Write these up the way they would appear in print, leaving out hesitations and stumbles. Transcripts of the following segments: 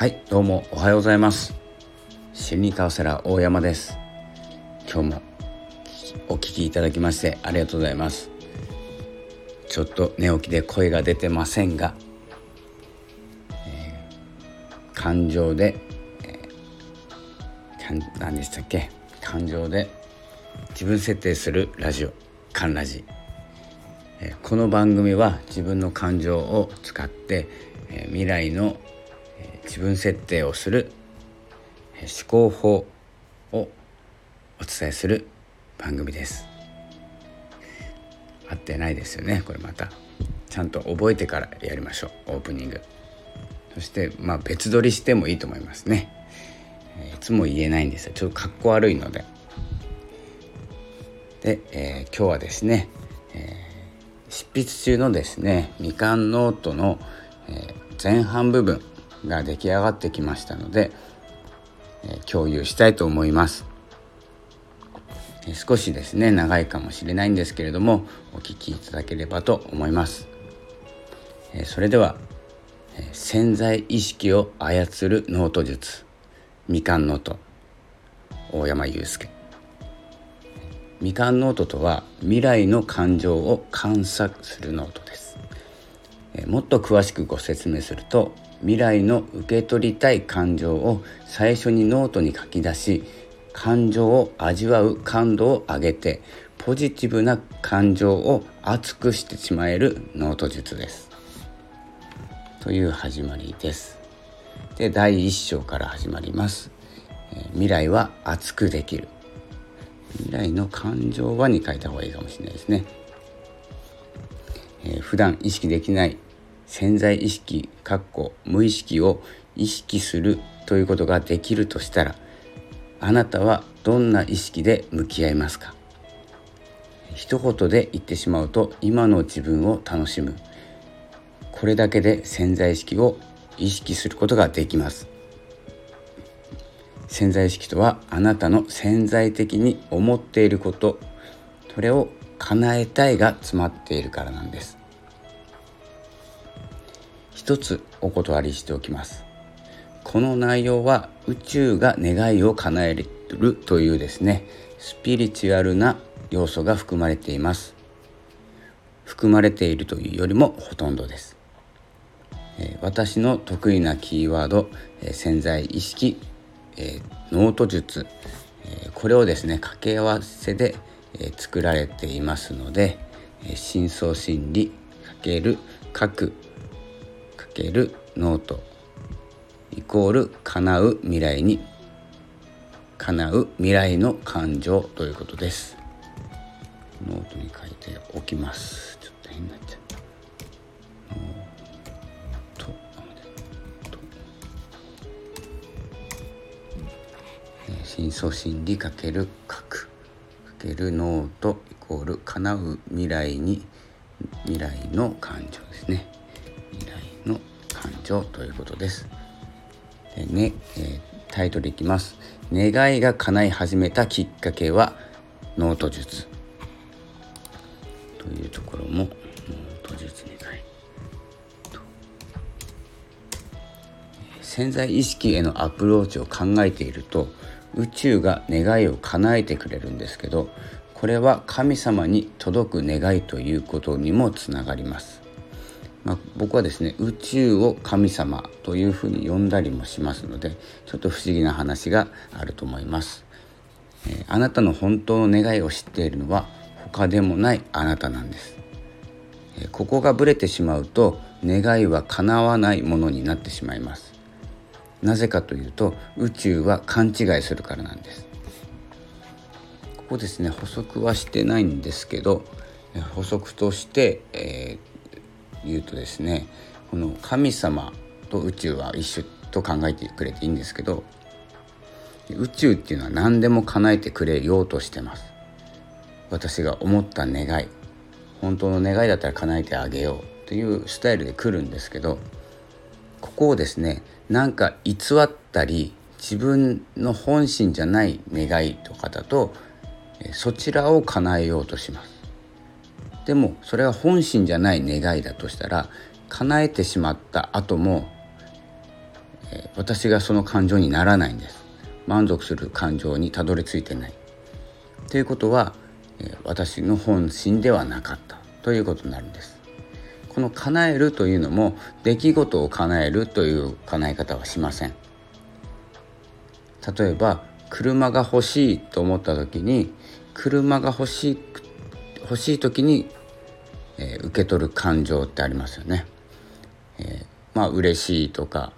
はい、どうもおはようございます。心理カウンセラー大山です。今日もお聞きいただきましてありがとうございます。ちょっと寝起きで声が出てませんが、感情で、何でしたっけ感情で自分設定するラジオ、カンラジ。この番組は自分の感情を使って、未来の自分設定をする思考法をお伝えする番組です。合ってないですよね。これまたちゃんと覚えてからやりましょう。オープニング、そして別撮りしてもいいと思いますね。いつも言えないんですよ。ちょっとかっこ悪いので。で、今日はですね、執筆中のですねみかんノートの、前半部分が出来上がってきましたので、共有したいと思います。少しですね長いかもしれないんですけれどもお聞きいただければと思います。それでは、潜在意識を操るノート術、みかんノート、大山祐介。みかんノートとは未来の感情を観察するノートです。もっと詳しくご説明すると、未来の受け取りたい感情を最初にノートに書き出し、感情を味わう感度を上げてポジティブな感情を熱くしてしまえるノート術ですという始まりです。で、第1章から始まります。未来は熱くできる。未来の感情はに書いた方がいいかもしれないですね。普段意識できない潜在意識無意識を意識するということができるとしたら、あなたはどんな意識で向き合いますか？一言で言ってしまうと、今の自分を楽しむ。これだけで潜在意識を意識することができます。潜在意識とは、あなたの潜在的に思っていること、それを叶えたいが詰まっているからなんです。一つお断りしておきます。この内容は宇宙が願いを叶えるというですね、スピリチュアルな要素が含まれています。含まれているというよりもほとんどです。私の得意なキーワード、潜在意識、ノート術、これをですね掛け合わせで、作られていますので、深層心理×書く×ノートイコール叶う未来の感情ということです。ノートに書いておきます。ちょっと変になっちゃった。深層心理×書く×ノートイコール叶う未来の感情ですね。未来の感情ということです。タイトルいきます。願いが叶い始めたきっかけはノート術というところもノート術に書いて、潜在意識へのアプローチを考えていると、宇宙が願いを叶えてくれるんですけど、これは神様に届く願いということにもつながります。僕はですね、宇宙を神様というふうに呼んだりもしますので、ちょっと不思議な話があると思います。あなたの本当の願いを知っているのは他でもないあなたなんです。ここがぶれてしまうと、願いは叶わないものになってしまいます。なぜかというと、宇宙は勘違いするからなんです。ここですね、補足はしてないんですけど、補足として、言うとですね、この神様と宇宙は一緒と考えてくれていいんですけど、宇宙っていうのは何でも叶えてくれようとしてます。私が思った願い、本当の願いだったら叶えてあげようというスタイルで来るんですけど、ここをですね、なんか偽ったり自分の本心じゃない願いとかだと、そちらを叶えようとします。でもそれが本心じゃない願いだとしたら、叶えてしまった後も、 私がその感情にならないんです。満足する感情にたどり着いてないということは、私の本心ではなかったということになるんです。この叶えるというのも出来事を叶えるという叶え方はしません。例えば車が欲しいと思った時に、車が欲しい時に、受け取る感情ってありますよね。嬉しいとか、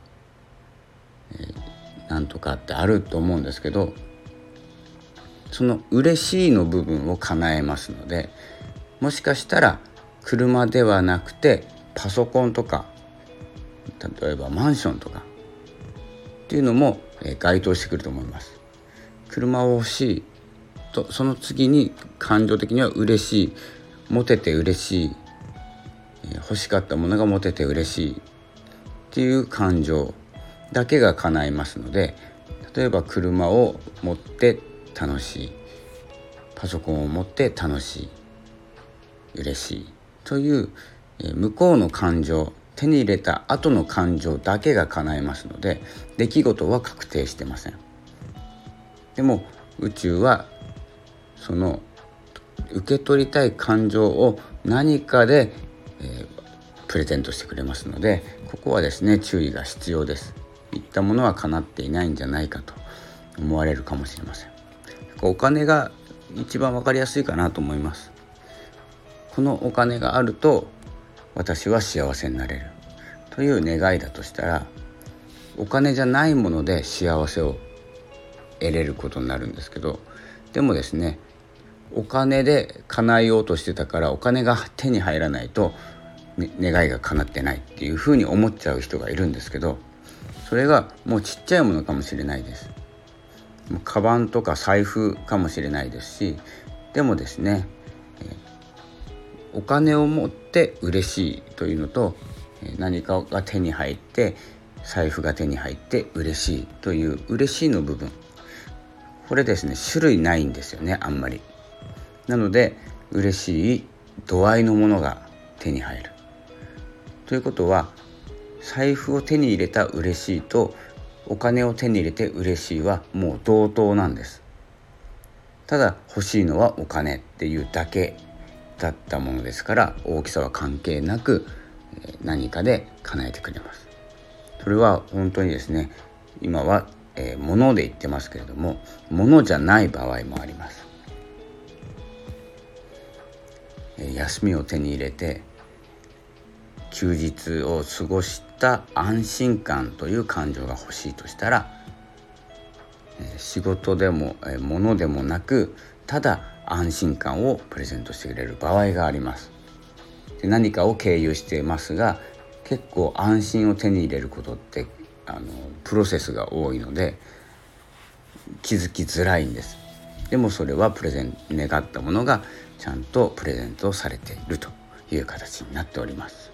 なんとかってあると思うんですけど、その嬉しいの部分を叶えますので、もしかしたら車ではなくてパソコンとか、例えばマンションとかっていうのも該当してくると思います。車を欲しいと、その次に感情的には嬉しい、持てて嬉しい、欲しかったものが持てて嬉しいっていう感情だけが叶いますので、例えば車を持って楽しい、パソコンを持って楽しい、嬉しいという向こうの感情、手に入れた後の感情だけが叶えますので、出来事は確定してません。でも宇宙はその受け取りたい感情を何かで、プレゼントしてくれますので、ここはですね、注意が必要です。いったものは叶っていないんじゃないかと思われるかもしれません。お金が一番わかりやすいかなと思います。このお金があると私は幸せになれるという願いだとしたら、お金じゃないもので幸せを得れることになるんですけど、でもですね、お金で叶えようとしてたからお金が手に入らないと、願いが叶ってないっていうふうに思っちゃう人がいるんですけど、それがもうちっちゃいものかもしれないです。カバンとか財布かもしれないですし、でもですね、お金を持って嬉しいというのと、何かが手に入って財布が手に入って嬉しいという嬉しいの部分、これですね、種類ないんですよね、あんまり。なので嬉しい度合いのものが手に入るということは、財布を手に入れた嬉しいとお金を手に入れて嬉しいはもう同等なんです。ただ欲しいのはお金っていうだけだったものですから、大きさは関係なく何かで叶えてくれます。それは本当にですね、今は物で言ってますけれども、物じゃない場合もあります。休みを手に入れて休日を過ごした安心感という感情が欲しいとしたら、仕事でも物でもなく、ただ安心感をプレゼントしてくれる場合があります。で、何かを経由していますが、結構安心を手に入れることってプロセスが多いので気づきづらいんです。でもそれは願ったものがちゃんとプレゼントされているという形になっております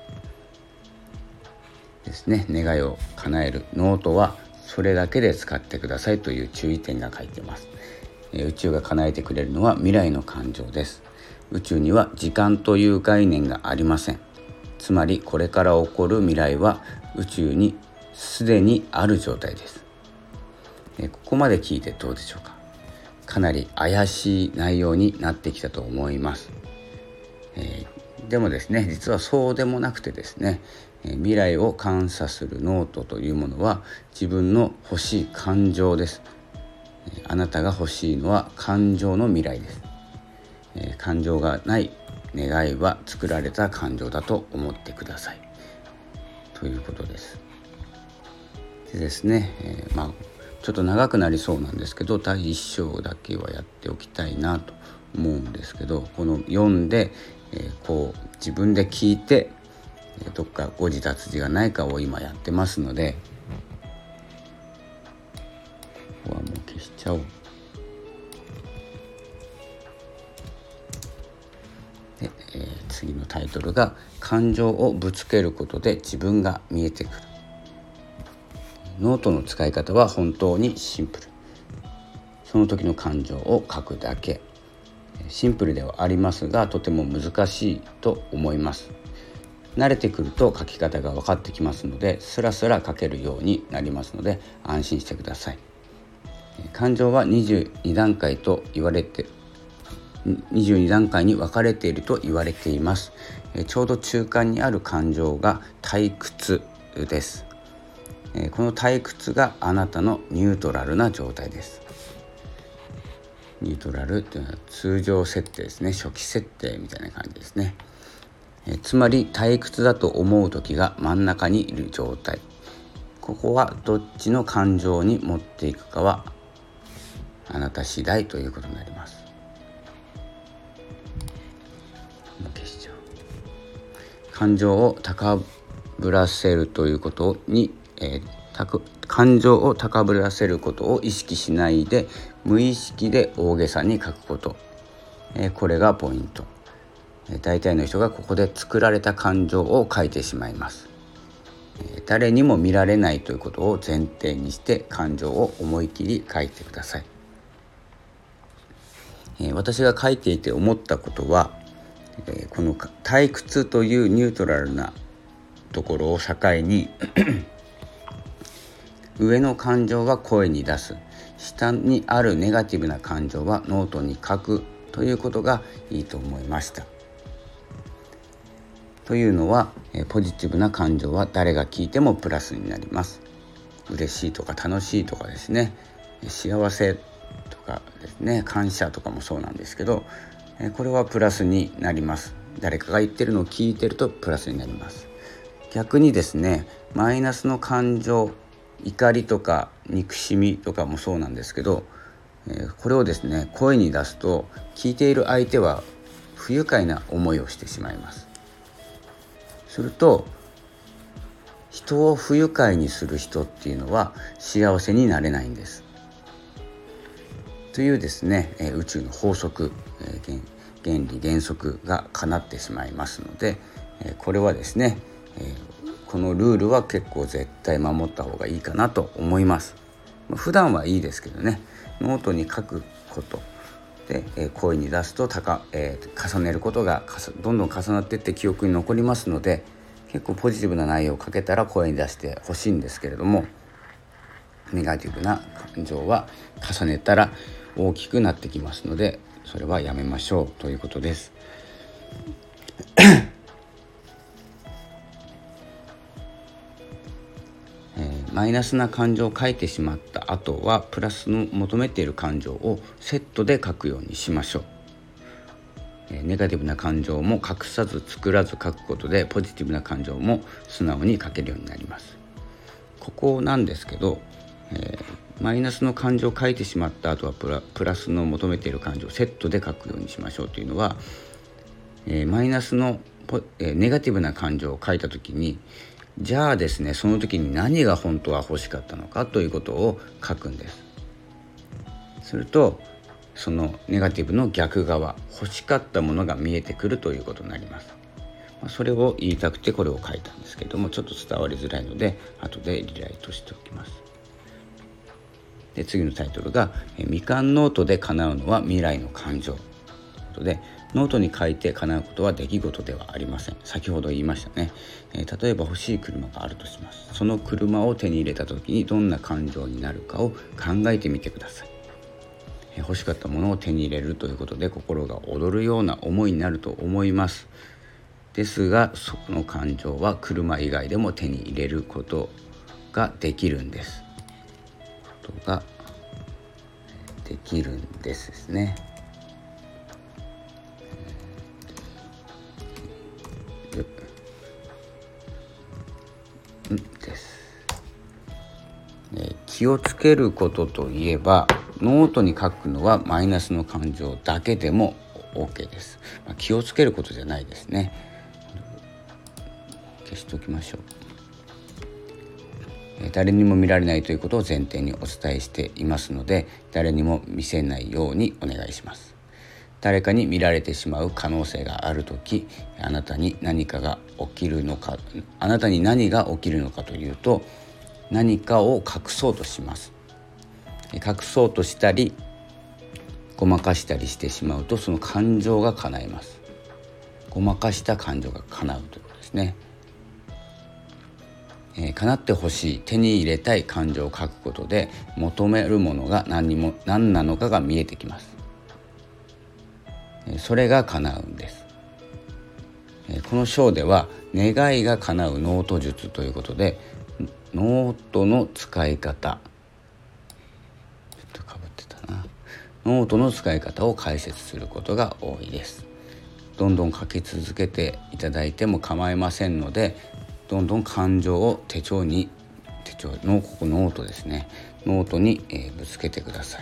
ですね。願いを叶えるノートはそれだけで使ってくださいという注意点が書いています。宇宙が叶えてくれるのは未来の感情です。宇宙には時間という概念がありません。つまりこれから起こる未来は宇宙にすでにある状態です。ここまで聞いてどうでしょうか。かなり怪しい内容になってきたと思います。でもですね、実はそうでもなくてですね、未来を観察するノートというものは自分の欲しい感情です。あなたが欲しいのは感情の未来です。感情がない願いは作られた感情だと思ってくださいということです。でですね、ちょっと長くなりそうなんですけど、第1章だけはやっておきたいなと思うんですけど、この読んで、自分で聞いてどっか誤字脱字がないかを今やってますので、ここはもう消しちゃおう。で、次のタイトルが感情をぶつけることで自分が見えてくる。ノートの使い方は本当にシンプル。その時の感情を書くだけ。シンプルではありますが、とても難しいと思います。 慣れてくると書き方が分かってきますので、スラスラ書けるようになりますので安心してください。感情は22段階と言われて22段階に分かれていると言われています。ちょうど中間にある感情が退屈です。この退屈があなたのニュートラルな状態です。ニュートラルというのは通常設定ですね。初期設定みたいな感じですね。つまり退屈だと思う時が真ん中にいる状態。ここはどっちの感情に持っていくかはあなた次第ということになります。感情を高ぶらせるということに、感情を高ぶらせることを意識しないで無意識で大げさに書くこと、これがポイント。大体の人がここで作られた感情を書いてしまいます。誰にも見られないということを前提にして感情を思い切り書いてください。私が書いていて思ったことは、この退屈というニュートラルなところを境に上の感情は声に出す、下にあるネガティブな感情はノートに書くということがいいと思いました。というのはポジティブな感情は誰が聞いてもプラスになります。嬉しいとか楽しいとかですね、幸せとかですね、感謝とかもそうなんですけど、これはプラスになります。誰かが言ってるのを聞いてるとプラスになります。逆にですね、マイナスの感情、怒りとか憎しみとかもそうなんですけど、これをですね声に出すと聞いている相手は不愉快な思いをしてしまいます。すると人を不愉快にする人っていうのは幸せになれないんですというですね、宇宙の法則、原理原則が叶ってしまいますので、これはですね、このルールは結構絶対守った方がいいかなと思います。普段はいいですけどね、ノートに書くことで、声に出すと重ねることがどんどん重なっていって記憶に残りますので、結構ポジティブな内容を書けたら声に出してほしいんですけれども、ネガティブな感情は重ねたら大きくなってきますので、それはやめましょうということです。マイナスな感情を書いてしまった後はプラスの求めている感情をセットで書くようにしましょう。ネガティブな感情も隠さず作らず書くことでポジティブな感情も素直に書けるようになります。ここなんですけど、マイナスの感情を書いてしまった後はプラスの求めている感情をセットで書くようにしましょうというのは、マイナスのネガティブな感情を書いた時に、じゃあですね、その時に何が本当は欲しかったのかということを書くんです。するとそのネガティブの逆側、欲しかったものが見えてくるということになります。それを言いたくてこれを書いたんですけれども、ちょっと伝わりづらいので後でリライトしておきます。で、次のタイトルがみかんノートで叶うのは未来の感情ということで、ノートに書いて叶うことは出来事ではありません。先ほど言いましたね。例えば欲しい車があるとします。その車を手に入れた時にどんな感情になるかを考えてみてください。欲しかったものを手に入れるということで心が躍るような思いになると思います。ですがその感情は車以外でも手に入れることができるんです。ことができるんですね。です。気をつけることといえば、ノートに書くのはマイナスの感情だけでも OK です。気をつけることじゃないですね。消しておきましょう。誰にも見られないということを前提にお伝えしていますので、誰にも見せないようにお願いします。誰かに見られてしまう可能性があるとき、あなたに何が起きるのかというと、何かを隠そうとします。隠そうとしたりごまかしたりしてしまうと、その感情が叶います。ごまかした感情が叶うということですね。 叶ってほしい、手に入れたい感情を書くことで求めるものが何なのかが見えてきます。それが叶うんです。この章では願いが叶うノート術ということで、ノートの使い方、ノートの使い方を解説することが多いです。どんどん書き続けていただいても構いませんので、どんどん感情をノートですね、ノートにぶつけてください。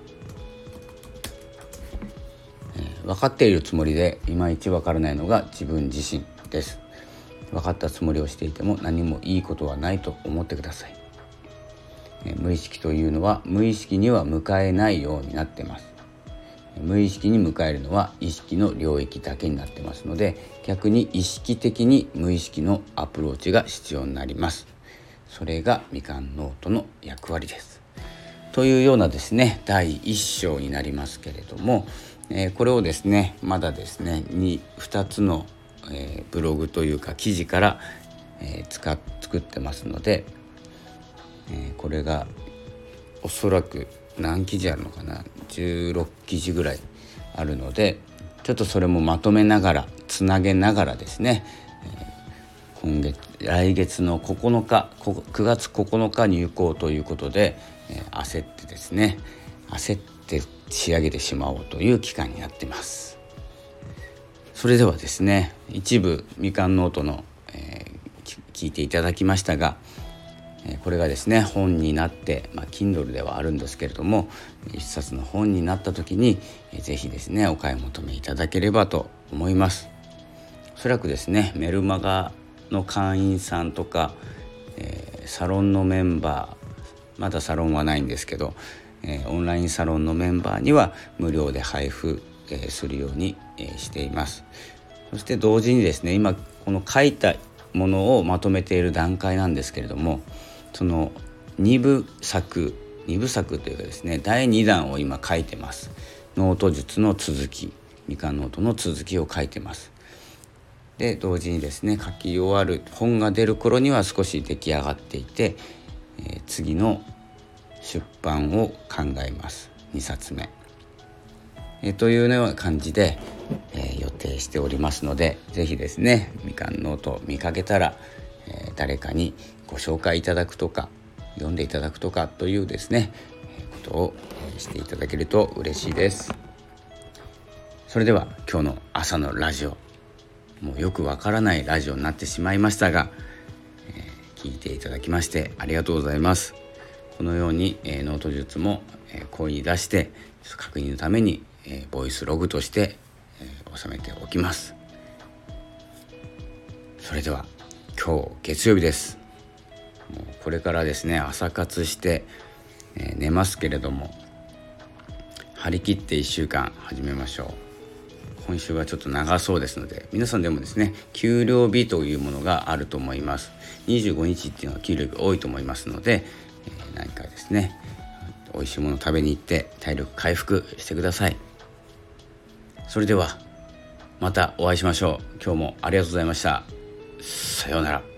分かっているつもりでいまいち分からないのが自分自身です。分かったつもりをしていても何もいいことはないと思ってください。無意識というのは無意識には向かえないようになっています。無意識に向かえるのは意識の領域だけになってますので、逆に意識的に無意識のアプローチが必要になります。それがみかんノートの役割です。というようなですね、第1章になりますけれども、これをですねまだですね2つの、ブログというか記事から、作ってますので、これがおそらく何記事あるのかな、16記事ぐらいあるので、ちょっとそれもまとめながらつなげながらですね、来月の9日9月9日入校ということで、焦って仕上げてしまおうという期間になっています。それではですね、一部みかんノートの、聞いていただきましたが、これがですね本になって、Kindle ではあるんですけれども、一冊の本になった時に、ぜひですねお買い求めいただければと思います。おそらくですねメルマガの会員さんとか、サロンのメンバー、まだサロンはないんですけど、オンラインサロンのメンバーには無料で配布、するように、しています。そして同時にですね、今この書いたものをまとめている段階なんですけれども、その2部作というかですね、第2弾を今書いてます。ノート術の続き、みかんノートの続きを書いてます。で同時にですね書き終わる本が出る頃には少し出来上がっていて、次の出版を考えます。2冊目、というような感じで、予定しておりますので、ぜひですねみかんノート見かけたら、誰かにご紹介いただくとか読んでいただくとかというですね、ことをしていただけると嬉しいです。それでは今日の朝のラジオ、もうよくわからないラジオになってしまいましたが、聞いていただきましてありがとうございます。このように、ノート術も、声に出して確認のために、ボイスログとして、収めておきます。それでは今日月曜日です。もうこれからですね朝活して、寝ますけれども、張り切って1週間始めましょう。今週はちょっと長そうですので、皆さんでもですね給料日というものがあると思います。25日っていうのは給料日多いと思いますので、何かですね美味しいもの食べに行って体力回復してください。それではまたお会いしましょう。今日もありがとうございました。さようなら。